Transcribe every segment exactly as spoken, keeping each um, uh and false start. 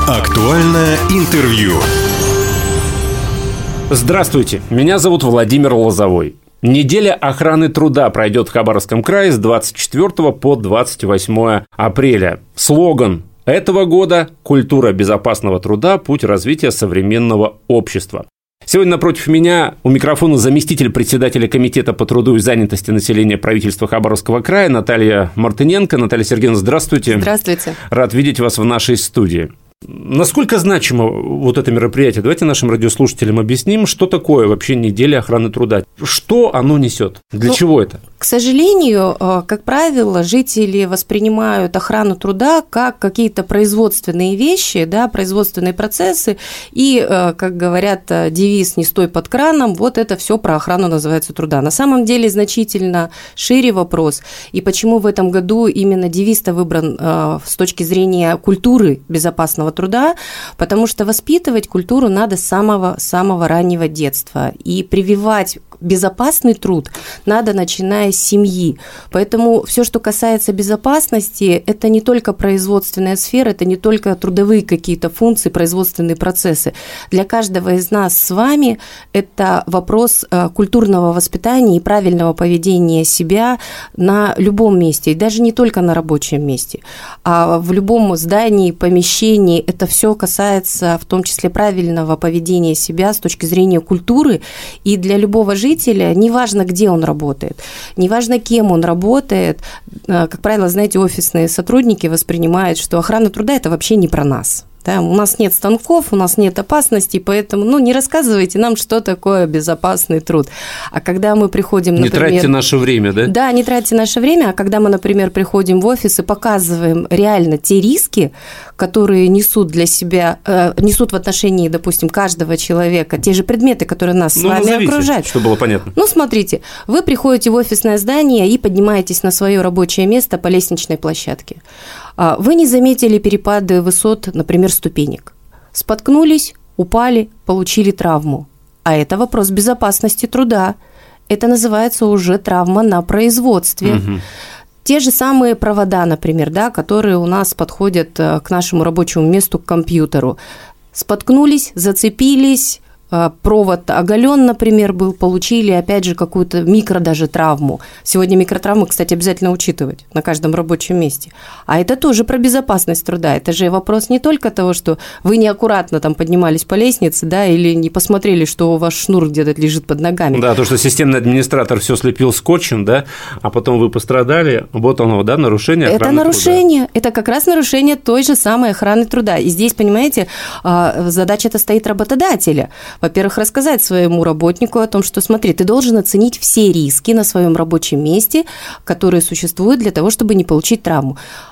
Актуальное интервью. Здравствуйте, меня зовут Владимир Лозовой. Неделя охраны труда пройдет в Хабаровском крае с двадцать четвёртого по двадцать восьмое апреля. Слоган этого года – «Культура безопасного труда. Путь развития современного общества». Сегодня напротив меня у микрофона заместитель председателя Комитета по труду и занятости населения правительства Хабаровского края Наталья Мартыненко. Наталья Сергеевна, здравствуйте. Здравствуйте. Рад видеть вас в нашей студии. Насколько значимо вот это мероприятие? Давайте нашим радиослушателям объясним, что такое вообще неделя охраны труда. Что оно несет? Для ну, чего это? К сожалению, как правило, жители воспринимают охрану труда как какие-то производственные вещи, да, производственные процессы, и, как говорят, девиз «не стой под краном», вот это все про охрану называется труда. На самом деле значительно шире вопрос, и почему в этом году именно девиз-то выбран с точки зрения культуры безопасного труда, потому что воспитывать культуру надо с самого-самого раннего детства, и прививать безопасный труд надо, начиная с семьи. Поэтому все, что касается безопасности, это не только производственная сфера, это не только трудовые какие-то функции, производственные процессы. Для каждого из нас с вами это вопрос культурного воспитания и правильного поведения себя на любом месте, и даже не только на рабочем месте, а в любом здании, помещении. Это все касается в том числе правильного поведения себя с точки зрения культуры, и для любого жителя, неважно, где он работает, неважно, кем он работает, как правило, знаете, офисные сотрудники воспринимают, что охрана труда – это вообще не про нас. Да, у нас нет станков, у нас нет опасностей, поэтому ну, не рассказывайте нам, что такое безопасный труд. А когда мы приходим, например… Не тратьте наше время, да? Да, не тратьте наше время, а когда мы, например, приходим в офис и показываем реально те риски, которые несут для себя, э, несут в отношении, допустим, каждого человека, те же предметы, которые нас ну, с вами назовите, окружают. Чтобы было понятно. Ну, смотрите, вы приходите в офисное здание и поднимаетесь на свое рабочее место по лестничной площадке. Вы не заметили перепады высот, например, ступенек. Споткнулись, упали, получили травму. А это вопрос безопасности труда. Это называется уже травма на производстве. Угу. Те же самые провода, например, да, которые у нас подходят к нашему рабочему месту, к компьютеру. Споткнулись, зацепились, провод оголен, например, был, получили, опять же, какую-то микро даже травму. Сегодня микротравмы, кстати, обязательно учитывать на каждом рабочем месте. А это тоже про безопасность труда. Это же вопрос не только того, что вы неаккуратно там поднимались по лестнице, да, или не посмотрели, что у вас шнур где-то лежит под ногами. Да, то, что системный администратор все слепил скотчем, да, а потом вы пострадали, вот оно, да, нарушение охраны труда. Это нарушение, труда. Это как раз нарушение той же самой охраны труда. И здесь, понимаете, задача-то стоит работодателя. Во-первых, рассказать своему работнику о том, что, смотри, ты должен оценить все риски на своем рабочем месте, которые существуют для того, чтобы не получить травму.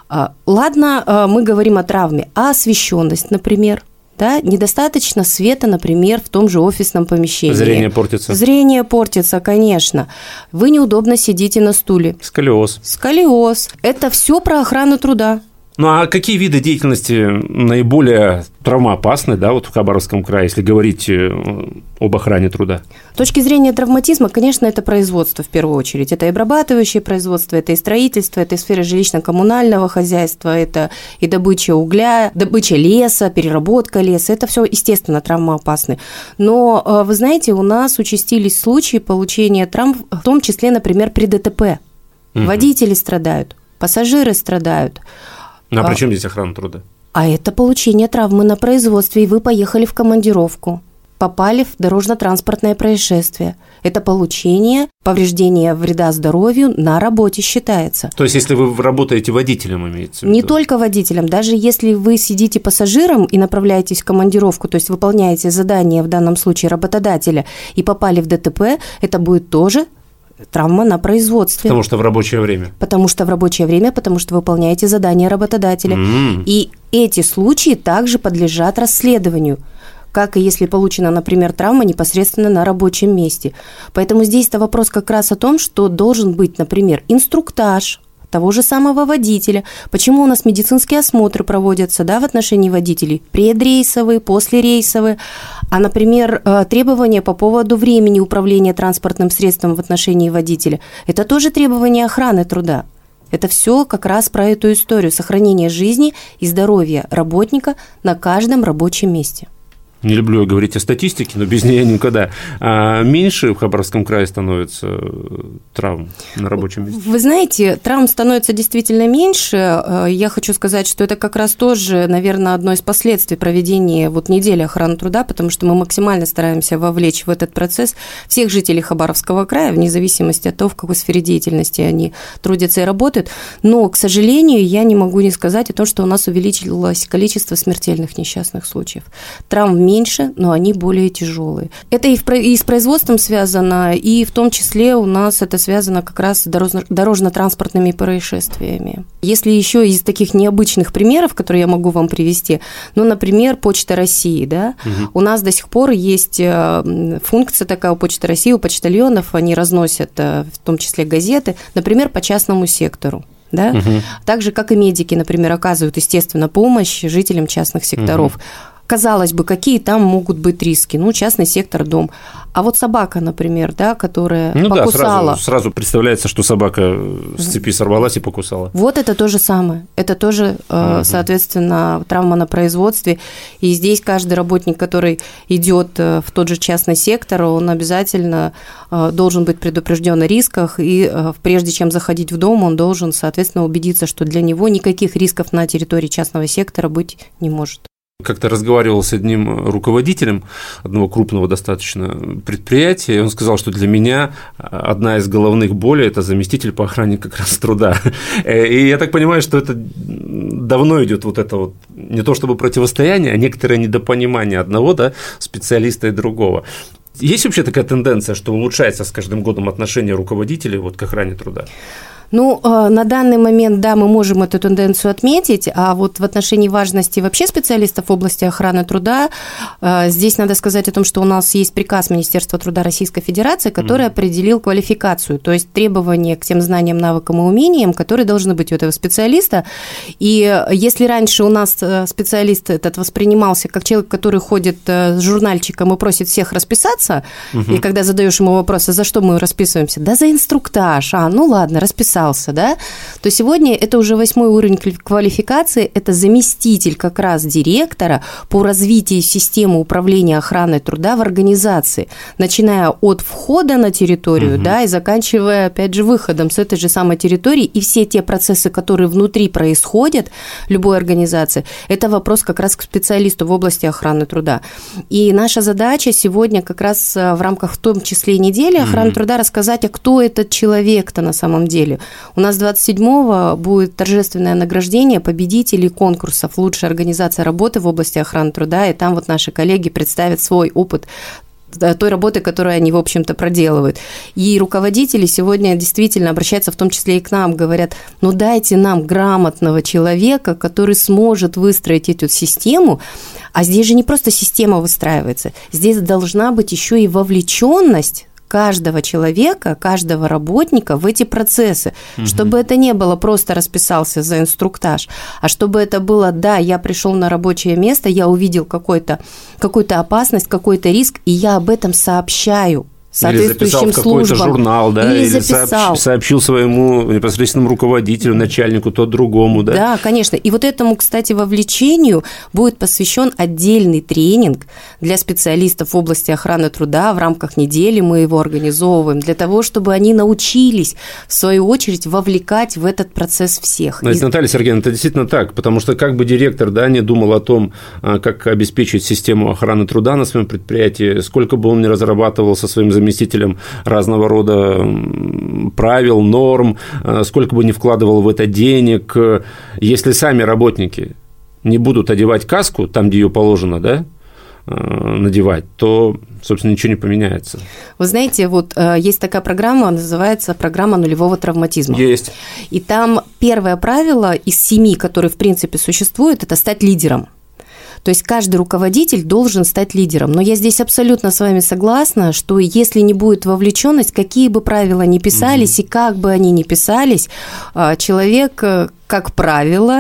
Ладно, мы говорим о травме, а освещенность, например, да, недостаточно света, например, в том же офисном помещении. Зрение портится. Зрение портится, конечно. Вы неудобно сидите на стуле. Сколиоз. Сколиоз. Это все про охрану труда. Ну, а какие виды деятельности наиболее травмоопасны, да, вот в Хабаровском крае, если говорить об охране труда? С точки зрения травматизма, конечно, это производство в первую очередь. Это и обрабатывающее производство, это и строительство, это и сфера жилищно-коммунального хозяйства, это и добыча угля, добыча леса, переработка леса. Это все, естественно, травмоопасны. Но, вы знаете, у нас участились случаи получения травм, в том числе, например, при ДТП. Угу. Водители страдают, пассажиры страдают. Ну, а при чем здесь охрана труда? А это получение травмы на производстве, и вы поехали в командировку, попали в дорожно-транспортное происшествие. Это получение повреждения вреда здоровью на работе считается. То есть, если вы работаете водителем, имеется в виду? Не только водителем, даже если вы сидите пассажиром и направляетесь в командировку, то есть выполняете задание, в данном случае работодателя, и попали в ДТП, это будет тоже травма на производстве. Потому что в рабочее время. Потому что в рабочее время, потому что выполняете задания работодателя. Mm. И эти случаи также подлежат расследованию, как и если получена, например, травма непосредственно на рабочем месте. Поэтому здесь-то вопрос как раз о том, что должен быть, например, инструктаж того же самого водителя. Почему у нас медицинские осмотры проводятся, да, в отношении водителей? Предрейсовые, послерейсовые. А, например, требования по поводу времени управления транспортным средством в отношении водителя. Это тоже требования охраны труда. Это все как раз про эту историю сохранения жизни и здоровья работника на каждом рабочем месте. Не люблю говорить о статистике, но без нее никогда. А меньше в Хабаровском крае становится травм на рабочем месте? Вы знаете, травм становится действительно меньше. Я хочу сказать, что это как раз тоже, наверное, одно из последствий проведения вот недели охраны труда, потому что мы максимально стараемся вовлечь в этот процесс всех жителей Хабаровского края, вне зависимости от того, в какой сфере деятельности они трудятся и работают. Но, к сожалению, я не могу не сказать о том, что у нас увеличилось количество смертельных несчастных случаев. Травм меньше, но они более тяжелые. Это и, в, и с производством связано, и в том числе у нас это связано как раз с дорожно, дорожно-транспортными происшествиями. Если еще из таких необычных примеров, которые я могу вам привести, ну, например, Почта России, да, угу. У нас до сих пор есть функция такая у Почты России, у почтальонов, они разносят в том числе газеты, например, по частному сектору. Да? Угу. Так же, как и медики, например, оказывают, естественно, помощь жителям частных секторов. Угу. Казалось бы, какие там могут быть риски? Ну, частный сектор, дом. А вот собака, например, да, которая ну покусала. Ну да, сразу, сразу представляется, что собака с цепи сорвалась и покусала. Вот это то же самое. Это тоже, uh-huh. соответственно, травма на производстве. И здесь каждый работник, который идет в тот же частный сектор, он обязательно должен быть предупрежден о рисках. И прежде чем заходить в дом, он должен, соответственно, убедиться, что для него никаких рисков на территории частного сектора быть не может. Как-то разговаривал с одним руководителем одного крупного достаточно предприятия, и он сказал, что для меня одна из головных болей – это заместитель по охране как раз труда. И я так понимаю, что это давно идет вот это вот не то чтобы противостояние, а некоторое недопонимание одного, да, специалиста и другого. Есть вообще такая тенденция, что улучшается с каждым годом отношение руководителей вот к охране труда? Ну, на данный момент, да, мы можем эту тенденцию отметить, а вот в отношении важности вообще специалистов в области охраны труда, здесь надо сказать о том, что у нас есть приказ Министерства труда Российской Федерации, который mm-hmm. определил квалификацию, то есть требования к тем знаниям, навыкам и умениям, которые должны быть у этого специалиста. И если раньше у нас специалист этот воспринимался как человек, который ходит с журнальчиком и просит всех расписаться, mm-hmm. и когда задаешь ему вопрос, а за что мы расписываемся? Да за инструктаж, а, ну ладно, расписаться. Да, то сегодня это уже восьмой уровень квалификации, это заместитель как раз директора по развитию системы управления охраной труда в организации, начиная от входа на территорию, угу. да, и заканчивая, опять же, выходом с этой же самой территории, и все те процессы, которые внутри происходят любой организации, это вопрос как раз к специалисту в области охраны труда. И наша задача сегодня как раз в рамках в том числе и недели охраны угу. труда рассказать, а кто этот человек-то на самом деле. У нас двадцать седьмого будет торжественное награждение победителей конкурсов «Лучшая организация работы в области охраны труда», и там вот наши коллеги представят свой опыт той работы, которую они, в общем-то, проделывают. И руководители сегодня действительно обращаются в том числе и к нам, говорят, ну дайте нам грамотного человека, который сможет выстроить эту систему, а здесь же не просто система выстраивается, здесь должна быть еще и вовлеченность каждого человека, каждого работника в эти процессы, угу. чтобы это не было просто расписался за инструктаж, а чтобы это было, да, я пришел на рабочее место, я увидел какой-то, какую-то опасность, какой-то риск, и я об этом сообщаю соответствующим или записал в какой-то службам. Журнал, да, или, или сообщил, сообщил своему непосредственному руководителю, начальнику, то другому, да? Да, конечно. И вот этому, кстати, вовлечению будет посвящен отдельный тренинг для специалистов в области охраны труда. В рамках недели мы его организовываем для того, чтобы они научились, в свою очередь, вовлекать в этот процесс всех. Значит, И... Наталья Сергеевна, это действительно так, потому что как бы директор, да, не думал о том, как обеспечить систему охраны труда на своем предприятии, сколько бы он ни разрабатывал со своим заместителем, заместителям разного рода правил, норм, сколько бы ни вкладывал в это денег, если сами работники не будут одевать каску там, где ее положено, да, надевать, то, собственно, ничего не поменяется. Вы знаете, вот есть такая программа, называется программа нулевого травматизма. Есть. И там первое правило из семи, которые, в принципе, существуют, это стать лидером. То есть каждый руководитель должен стать лидером. Но я здесь абсолютно с вами согласна, что если не будет вовлеченность, какие бы правила ни писались, угу. и как бы они ни писались, человек, как правило,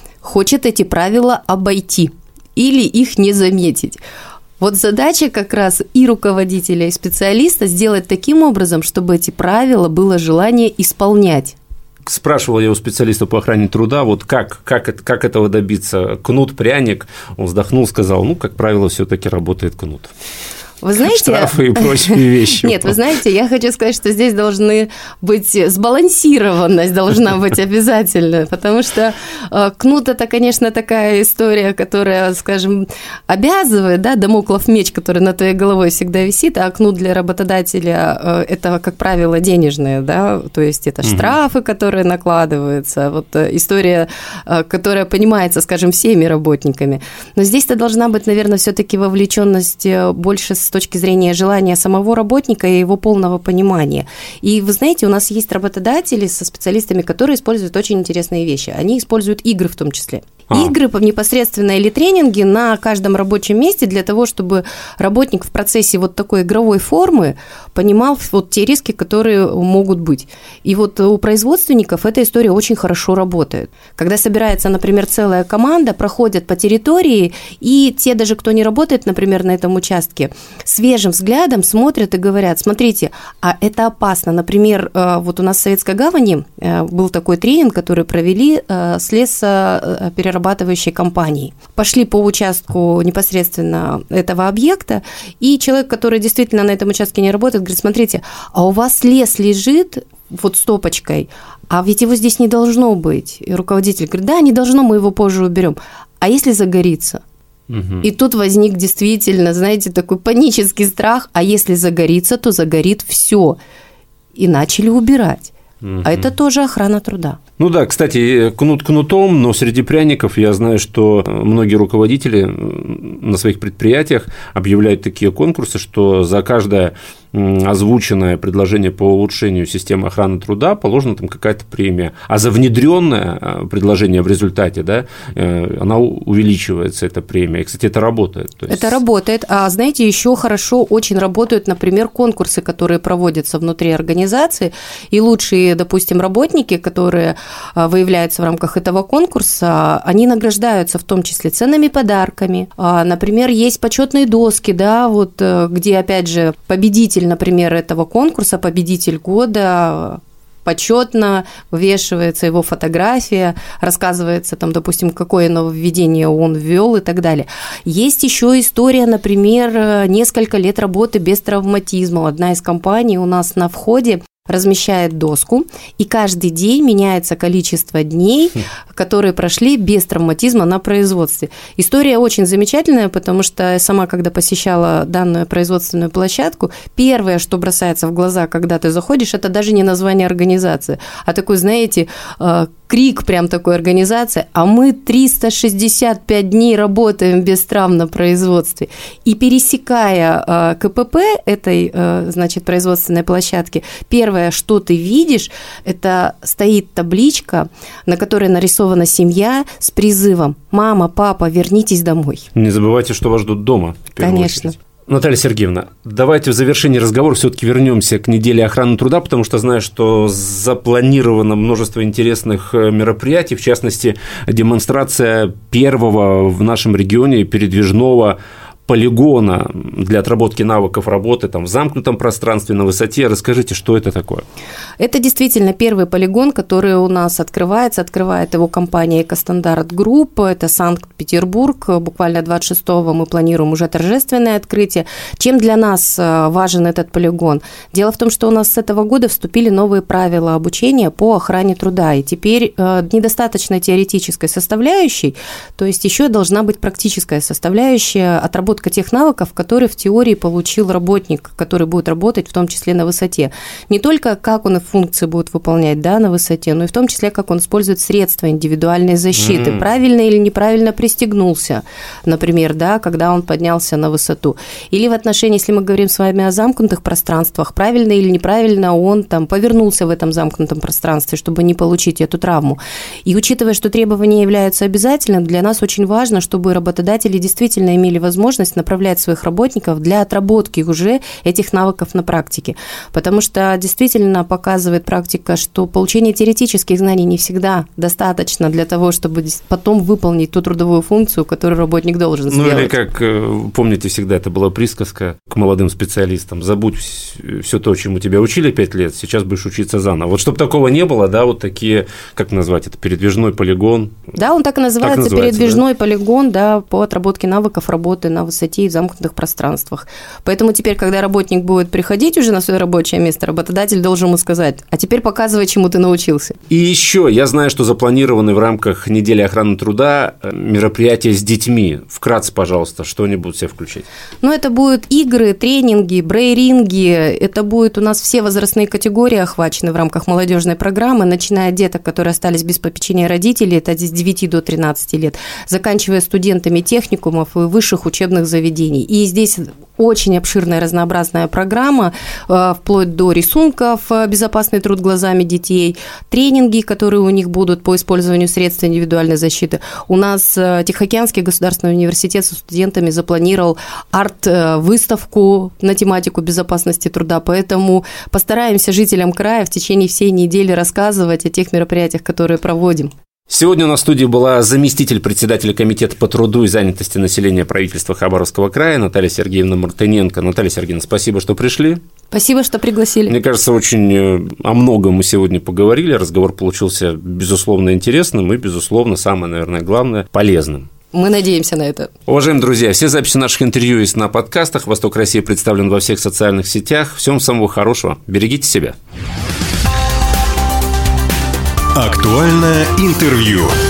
хочет эти правила обойти или их не заметить. Вот задача как раз и руководителя, и специалиста сделать таким образом, чтобы эти правила было желание исполнять. спрашивал я у специалиста по охране труда, вот как, как, как этого добиться? Кнут, пряник? Он вздохнул, сказал, ну, как правило, все-таки работает кнут. Вы знаете, штрафы и прочие вещи. Нет, вы знаете, я хочу сказать, что здесь должны быть сбалансированность, должна быть обязательно, потому что кнут – это, конечно, такая история, которая, скажем, обязывает, да, дамоклов меч, который над твоей головой всегда висит, а кнут для работодателя – это, как правило, денежные, да, то есть это штрафы, которые накладываются, вот история, которая понимается, скажем, всеми работниками. Но здесь-то должна быть, наверное, все-таки вовлеченность больше с точки зрения желания самого работника и его полного понимания. И вы знаете, у нас есть работодатели со специалистами, которые используют очень интересные вещи. Они используют игры в том числе. А. Игры непосредственно или тренинги на каждом рабочем месте для того, чтобы работник в процессе вот такой игровой формы понимал вот те риски, которые могут быть. И вот у производственников эта история очень хорошо работает. Когда собирается, например, целая команда, проходят по территории, и те даже, кто не работает, например, на этом участке, свежим взглядом смотрят и говорят, смотрите, а это опасно. Например, вот у нас в Советской Гавани был такой тренинг, который провели с лесоперерабатывающей компанией. Пошли по участку непосредственно этого объекта, и человек, который действительно на этом участке не работает, говорит, смотрите, а у вас лес лежит вот стопочкой, а ведь его здесь не должно быть. И руководитель говорит, да, не должно, мы его позже уберем. А если загорится? Угу. И тут возник действительно, знаете, такой панический страх, а если загорится, то загорит все. И начали убирать. Угу. А это тоже охрана труда. Ну да, кстати, кнут кнутом, но среди пряников я знаю, что многие руководители на своих предприятиях объявляют такие конкурсы, что за каждое озвученное предложение по улучшению системы охраны труда положена там какая-то премия, а за внедренное предложение в результате, да, она увеличивается, эта премия. И, кстати, это работает. То есть... Это работает, а знаете, еще хорошо очень работают, например, конкурсы, которые проводятся внутри организации, и лучшие, допустим, работники, которые выявляются в рамках этого конкурса, они награждаются в том числе ценными подарками. Например, есть почетные доски, да, вот, где, опять же, победитель, например, этого конкурса, победитель года, почетно вывешивается его фотография, рассказывается, там, допустим, какое нововведение он ввел и так далее. Есть еще история, например, несколько лет работы без травматизма. Одна из компаний у нас на входе размещает доску, и каждый день меняется количество дней, которые прошли без травматизма на производстве. История очень замечательная, потому что я сама, когда посещала данную производственную площадку, первое, что бросается в глаза, когда ты заходишь, это даже не название организации, а такой, знаете, крик прям такой организации, а мы триста шестьдесят пять дней работаем без травм на производстве. И пересекая КПП этой, значит, производственной площадки, первое, что ты видишь, это стоит табличка, на которой нарисована семья с призывом «Мама, папа, вернитесь домой». Не забывайте, что вас ждут дома. Конечно. Очередь. Наталья Сергеевна, давайте в завершении разговора все-таки вернемся к неделе охраны труда, потому что знаю, что запланировано множество интересных мероприятий, в частности, демонстрация первого в нашем регионе передвижного полигона для отработки навыков работы там, в замкнутом пространстве, на высоте. Расскажите, что это такое? Это действительно первый полигон, который у нас открывается. Открывает его компания «Экостандарт Групп». Это Санкт-Петербург. Буквально двадцать шестого мы планируем уже торжественное открытие. Чем для нас важен этот полигон? Дело в том, что у нас с этого года вступили новые правила обучения по охране труда. И теперь недостаточно теоретической составляющей, то есть еще должна быть практическая составляющая отработки тех навыков, которые в теории получил работник, который будет работать в том числе на высоте. Не только как он и функции будет выполнять, да, на высоте, но и в том числе как он использует средства индивидуальной защиты, mm-hmm. правильно или неправильно пристегнулся, например, да, когда он поднялся на высоту. Или в отношении, если мы говорим с вами о замкнутых пространствах, правильно или неправильно он там повернулся в этом замкнутом пространстве, чтобы не получить эту травму. И учитывая, что требования являются обязательными, для нас очень важно, чтобы работодатели действительно имели возможность возможность направлять своих работников для отработки уже этих навыков на практике. Потому что действительно показывает практика, что получение теоретических знаний не всегда достаточно для того, чтобы потом выполнить ту трудовую функцию, которую работник должен сделать. Ну или как, помните, всегда это была присказка к молодым специалистам: забудь все то, чему тебя учили пять лет, сейчас будешь учиться заново. Вот чтобы такого не было, да, вот такие, как назвать это, передвижной полигон. Да, он так и называется, так называется передвижной да? полигон, да, по отработке навыков работы на высоте и в замкнутых пространствах. Поэтому теперь, когда работник будет приходить уже на свое рабочее место, работодатель должен ему сказать: а теперь показывай, чему ты научился. И еще я знаю, что запланированы в рамках недели охраны труда мероприятия с детьми. Вкратце, пожалуйста, что-нибудь все включить. Ну, это будут игры, тренинги, брейринги. Это будет у нас все возрастные категории охвачены в рамках молодежной программы, начиная от деток, которые остались без попечения родителей, это с девяти до тринадцати лет, заканчивая студентами техникумов и высших учебных заведений. И здесь очень обширная разнообразная программа, вплоть до рисунков «Безопасный труд глазами детей», тренинги, которые у них будут по использованию средств индивидуальной защиты. У нас Тихоокеанский государственный университет со студентами запланировал арт-выставку на тематику безопасности труда, поэтому постараемся жителям края в течение всей недели рассказывать о тех мероприятиях, которые проводим. Сегодня на студии была заместитель председателя комитета по труду и занятости населения правительства Хабаровского края Наталья Сергеевна Мартыненко. Наталья Сергеевна, спасибо, что пришли. Спасибо, что пригласили. Мне кажется, очень о многом мы сегодня поговорили. Разговор получился, безусловно, интересным и, безусловно, самое, наверное, главное, полезным. Мы надеемся на это. Уважаемые друзья, все записи наших интервью есть на подкастах. «Восток России» представлен во всех социальных сетях. Всем самого хорошего. Берегите себя. Актуальное интервью.